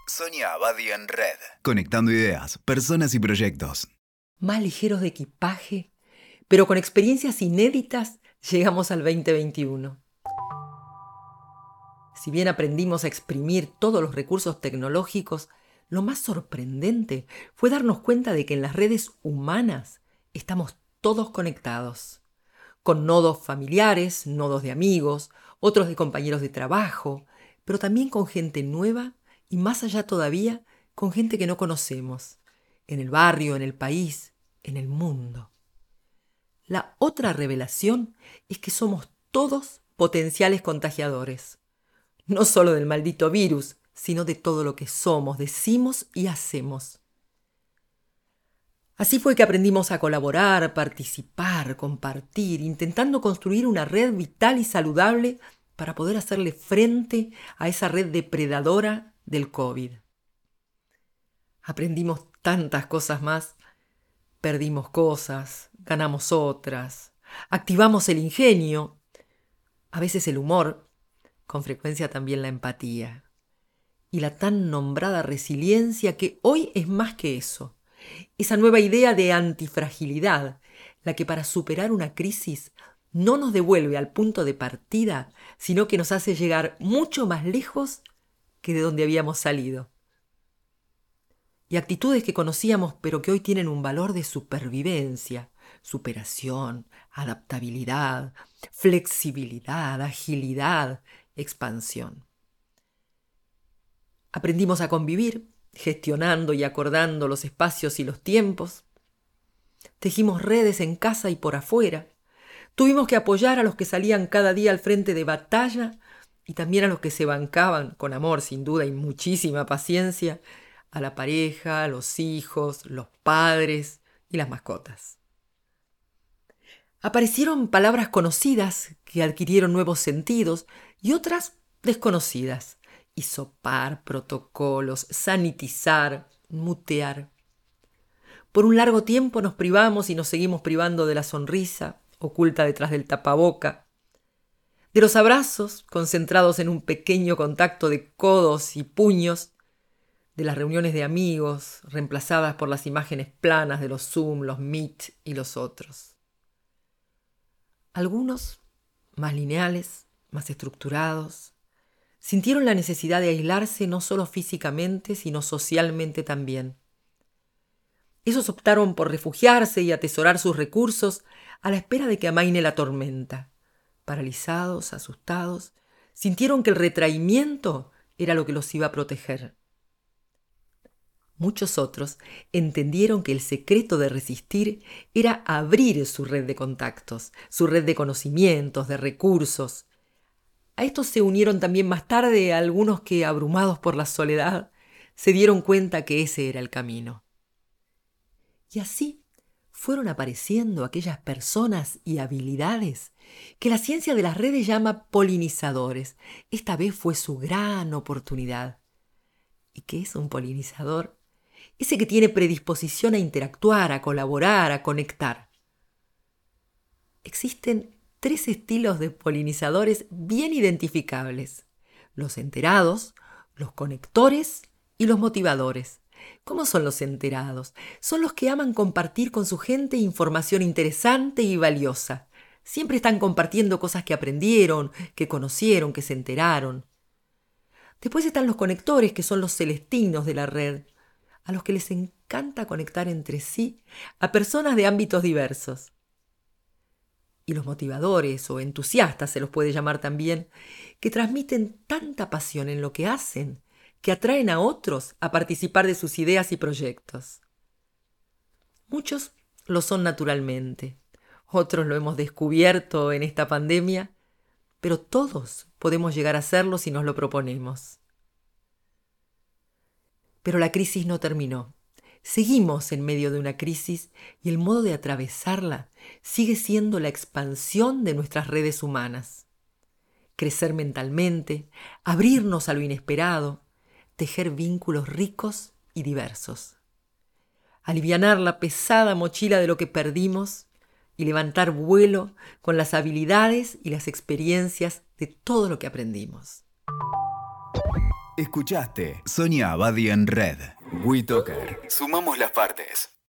Sonia Abadi en Red. Conectando ideas, personas y proyectos. Más ligeros de equipaje, pero con experiencias inéditas, llegamos al 2021. Si bien aprendimos a exprimir todos los recursos tecnológicos, lo más sorprendente fue darnos cuenta de que en las redes humanas estamos todos conectados, con nodos familiares, nodos de amigos, otros de compañeros de trabajo, pero también con gente nueva y más allá todavía, con gente que no conocemos, en el barrio, en el país, en el mundo. La otra revelación es que somos todos potenciales contagiadores, no solo del maldito virus, sino de todo lo que somos, decimos y hacemos. Así fue que aprendimos a colaborar, participar, compartir, intentando construir una red vital y saludable para poder hacerle frente a esa red depredadora del COVID. Aprendimos tantas cosas más. Perdimos cosas, ganamos otras, activamos el ingenio, a veces el humor, con frecuencia también la empatía, y la tan nombrada resiliencia que hoy es más que eso. Esa nueva idea de antifragilidad, la que para superar una crisis no nos devuelve al punto de partida, sino que nos hace llegar mucho más lejos que de donde habíamos salido. Y actitudes que conocíamos pero que hoy tienen un valor de supervivencia, superación, adaptabilidad, flexibilidad, agilidad, expansión. Aprendimos a convivir, gestionando y acordando los espacios y los tiempos. Tejimos redes en casa y por afuera. Tuvimos que apoyar a los que salían cada día al frente de batalla y también a los que se bancaban, con amor sin duda y muchísima paciencia, a la pareja, a los hijos, los padres y las mascotas. Aparecieron palabras conocidas que adquirieron nuevos sentidos y otras desconocidas. Hisopar, protocolos, sanitizar, mutear. Por un largo tiempo nos privamos y nos seguimos privando de la sonrisa, oculta detrás del tapaboca, de los abrazos concentrados en un pequeño contacto de codos y puños, de las reuniones de amigos reemplazadas por las imágenes planas de los Zoom, los Meet y los otros. Algunos, más lineales, más estructurados, sintieron la necesidad de aislarse no solo físicamente, sino socialmente también. Esos optaron por refugiarse y atesorar sus recursos a la espera de que amaine la tormenta. Paralizados, asustados, sintieron que el retraimiento era lo que los iba a proteger. Muchos otros entendieron que el secreto de resistir era abrir su red de contactos, su red de conocimientos, de recursos. A estos se unieron también más tarde algunos que, abrumados por la soledad, se dieron cuenta que ese era el camino. Y así fueron apareciendo aquellas personas y habilidades que la ciencia de las redes llama polinizadores. Esta vez fue su gran oportunidad. ¿Y qué es un polinizador? Ese que tiene predisposición a interactuar, a colaborar, a conectar. Existen 3 estilos de polinizadores bien identificables: los enterados, los conectores y los motivadores. ¿Cómo son los enterados? Son los que aman compartir con su gente información interesante y valiosa. Siempre están compartiendo cosas que aprendieron, que conocieron, que se enteraron. Después están los conectores, que son los celestinos de la red, a los que les encanta conectar entre sí a personas de ámbitos diversos. Y los motivadores o entusiastas se los puede llamar también, que transmiten tanta pasión en lo que hacen que atraen a otros a participar de sus ideas y proyectos. Muchos lo son naturalmente, otros lo hemos descubierto en esta pandemia, pero todos podemos llegar a serlo si nos lo proponemos. Pero la crisis no terminó. Seguimos en medio de una crisis y el modo de atravesarla sigue siendo la expansión de nuestras redes humanas. Crecer mentalmente, abrirnos a lo inesperado, tejer vínculos ricos y diversos. Alivianar la pesada mochila de lo que perdimos y levantar vuelo con las habilidades y las experiencias de todo lo que aprendimos. Escuchaste Sonia Abadi en Red. WeToker. Sumamos las partes.